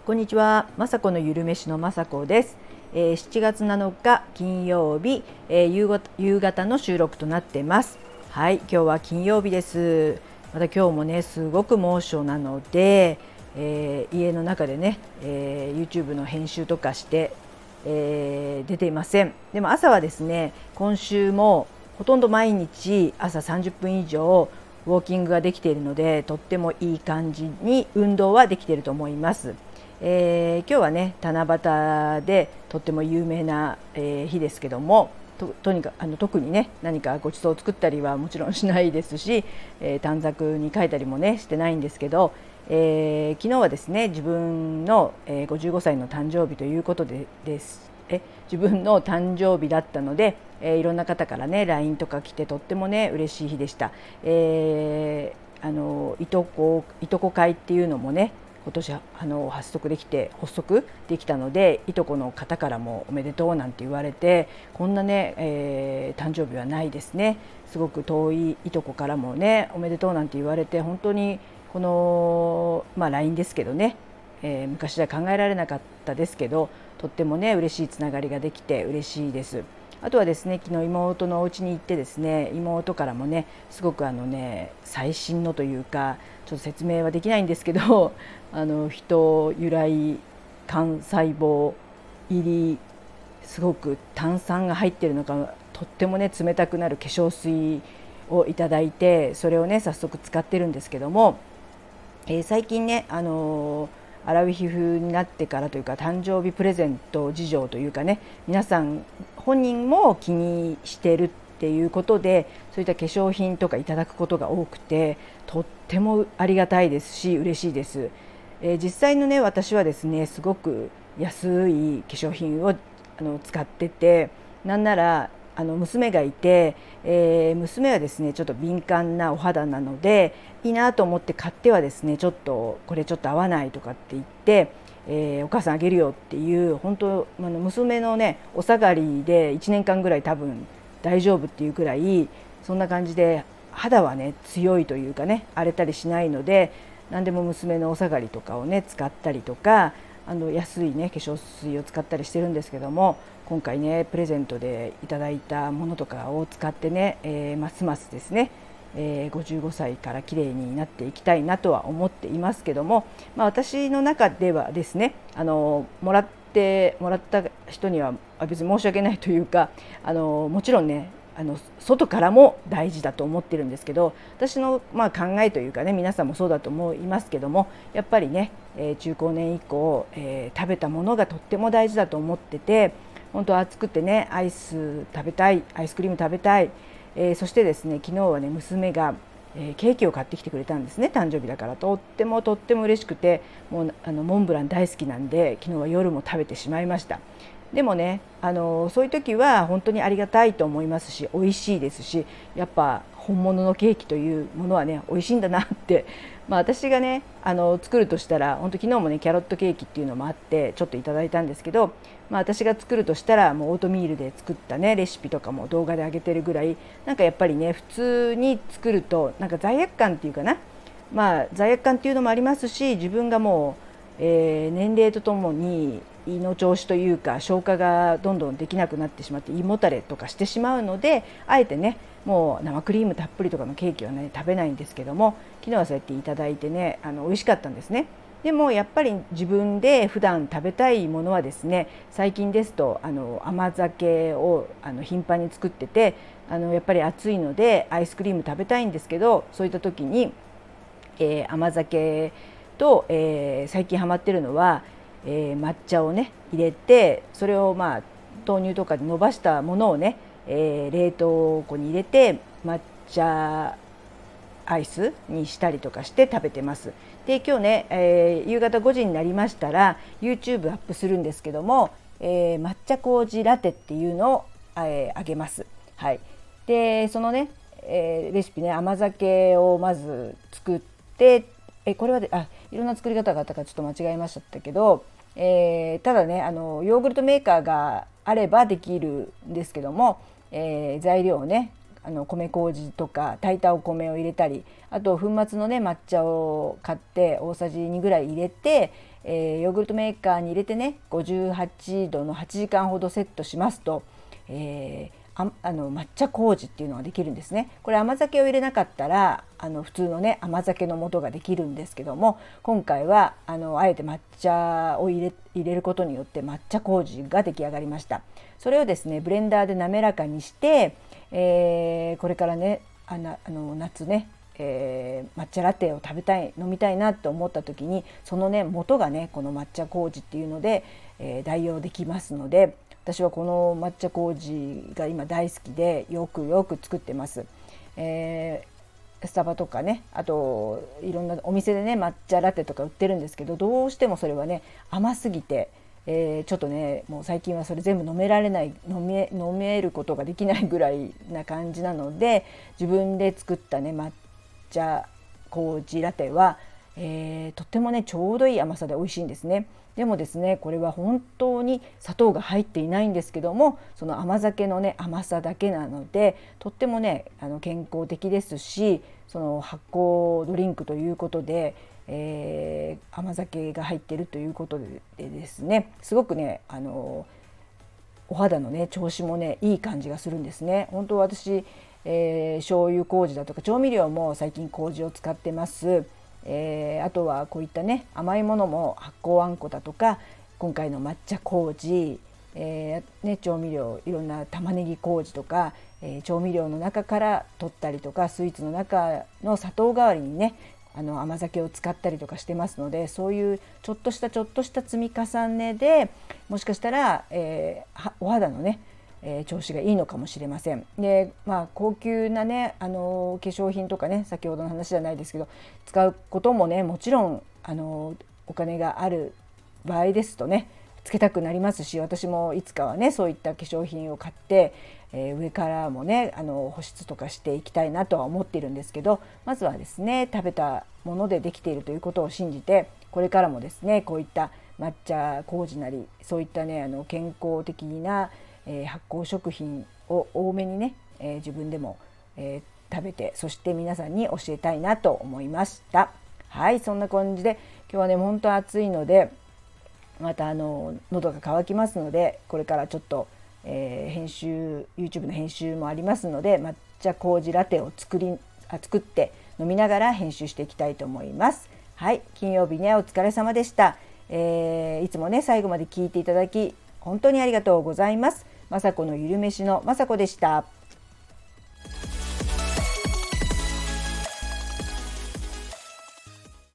こんにちは、まさこのゆるめしのまさこです。7月7日金曜日、夕方の収録となっています。はい、今日は金曜日です。また今日もねすごく猛暑なので、家の中でね、YouTube の編集とかして、出ていません。でも朝はですね、今週もほとんど毎日朝30分以上ウォーキングができているので、とってもいい感じに運動はできていると思います。今日はね七夕でとっても有名な、日ですけども、とにかく特にね何かご馳走を作ったりはもちろんしないですし、短冊に書いたりもねしてないんですけど、昨日はですね自分の、55歳の誕生日ということです自分の誕生日だったので、いろんな方からね LINE とか来てとってもね嬉しい日でした。いとこ会っていうのもね今年発足できたので、いとこの方からもおめでとうなんて言われて、こんなね、誕生日はないですね。すごく遠いいとこからもねおめでとうなんて言われて、本当にこの、LINE ですけどね、昔では考えられなかったですけど、とってもね嬉しいつながりができて嬉しいです。あとはですね、昨日妹のお家に行ってですね、妹からもねすごく最新のというか、ちょっと説明はできないんですけど人由来幹細胞入り、すごく炭酸が入っているのかとってもね冷たくなる化粧水をいただいて、それをね早速使ってるんですけども、最近ねアラフィフになってからというか、誕生日プレゼント事情というかね、皆さん本人も気にしてるっていうことで、そういった化粧品とかいただくことが多くて、とってもありがたいですし嬉しいです。実際のね私はですねすごく安い化粧品を使ってて、なんなら娘がいて、娘はですねちょっと敏感なお肌なので、いいなと思って買ってはですね、ちょっとこれちょっと合わないとかって言って、お母さんあげるよっていう、本当娘のねお下がりで1年間ぐらい多分大丈夫っていうくらい、そんな感じで肌はね強いというかね、荒れたりしないので、何でも娘のお下がりとかをね使ったりとか、安いね化粧水を使ったりしてるんですけども、今回ねプレゼントでいただいたものとかを使ってね、ますますですね、55歳から綺麗になっていきたいなとは思っていますけども、私の中ではですね、もらった人には別に申し訳ないというか、もちろんね外からも大事だと思ってるんですけど、私の考えというかね、皆さんもそうだと思いますけども、やっぱりね、中高年以降、食べたものがとっても大事だと思ってて、本当暑くてねアイス食べたい、アイスクリーム食べたい、そしてですね昨日はね娘がケーキを買ってきてくれたんですね、誕生日だから。とっても嬉しくて、もうモンブラン大好きなんで、昨日は夜も食べてしまいました。でもねそういう時は本当にありがたいと思いますし、美味しいですし、やっぱ本物のケーキというものはね美味しいんだなって、私がね作るとしたら、本当昨日もねキャロットケーキっていうのもあってちょっといただいたんですけど、私が作るとしたらもうオートミールで作ったねレシピとかも動画で上げてるぐらい、なんかやっぱりね普通に作るとなんか罪悪感っていうかな、罪悪感っていうのもありますし、自分がもう、年齢とともに胃の調子というか消化がどんどんできなくなってしまって胃もたれとかしてしまうので、あえてねもう生クリームたっぷりとかのケーキはね食べないんですけども、昨日はそうやっていただいてね美味しかったんですね。でもやっぱり自分で普段食べたいものはですね、最近ですと甘酒を頻繁に作ってて、やっぱり暑いのでアイスクリーム食べたいんですけど、そういった時に、甘酒と、最近ハマってるのは、抹茶をね入れて、それを豆乳とかで伸ばしたものをね、冷凍庫に入れて抹茶アイスにしたりとかして食べてます。で今日ね、夕方5時になりましたら YouTube アップするんですけども、抹茶麹ラテっていうのを、あげます。はい、でそのね、レシピね、甘酒をまず作って、これはいろんな作り方があったからちょっと間違えましたけど、ただねヨーグルトメーカーがあればできるんですけども、材料をね米麹とか炊いたお米を入れたり、あと粉末のね抹茶を買って大さじ2ぐらい入れて、ヨーグルトメーカーに入れてね58度の8時間ほどセットしますと、抹茶麹っていうのができるんですね。これ甘酒を入れなかったら普通のね甘酒の素ができるんですけども、今回はあえて抹茶を入れることによって抹茶麹が出来上がりました。それをですねブレンダーで滑らかにして、これからね夏ね、抹茶ラテを飲みたいなと思った時に、そのね元がねこの抹茶麹っていうので、代用できますので、私はこの抹茶麹が今大好きでよく作ってます。スタバとかね、あといろんなお店でね抹茶ラテとか売ってるんですけど、どうしてもそれはね甘すぎて、ちょっとねもう最近はそれ全部飲めることができないぐらいな感じなので、自分で作ったね抹茶麹ラテは、とってもねちょうどいい甘さで美味しいんですね。でもですねこれは本当に砂糖が入っていないんですけども、その甘酒のね甘さだけなのでとってもね健康的ですし、その発酵ドリンクということで、甘酒が入っているということでですね、すごくねお肌のね調子もねいい感じがするんですね。本当私、醤油麹だとか調味料も最近麹を使ってます。あとはこういったね甘いものも発酵あんこだとか、今回の抹茶麹、調味料いろんな玉ねぎ麹とか、調味料の中から取ったりとか、スイーツの中の砂糖代わりにね甘酒を使ったりとかしてますので、そういうちょっとした積み重ねでもしかしたら、お肌のね調子がいいのかもしれません。で、高級なね化粧品とかね、先ほどの話じゃないですけど使うこともねもちろんお金がある場合ですとねつけたくなりますし、私もいつかはねそういった化粧品を買って、上からもね保湿とかしていきたいなとは思っているんですけど、まずはですね食べたものでできているということを信じて、これからもですねこういった抹茶麹なりそういったね健康的な発酵食品を多めにね、自分でも、食べて、そして皆さんに教えたいなと思いました。はい、そんな感じで今日はね本当暑いのでまた喉が渇きますので、これからちょっと、YouTube の編集もありますので、抹茶麹ラテを作って飲みながら編集していきたいと思います。はい、金曜日ねお疲れ様でした。いつもね最後まで聞いていただき本当にありがとうございます。まさこのゆるめしのまさこでした。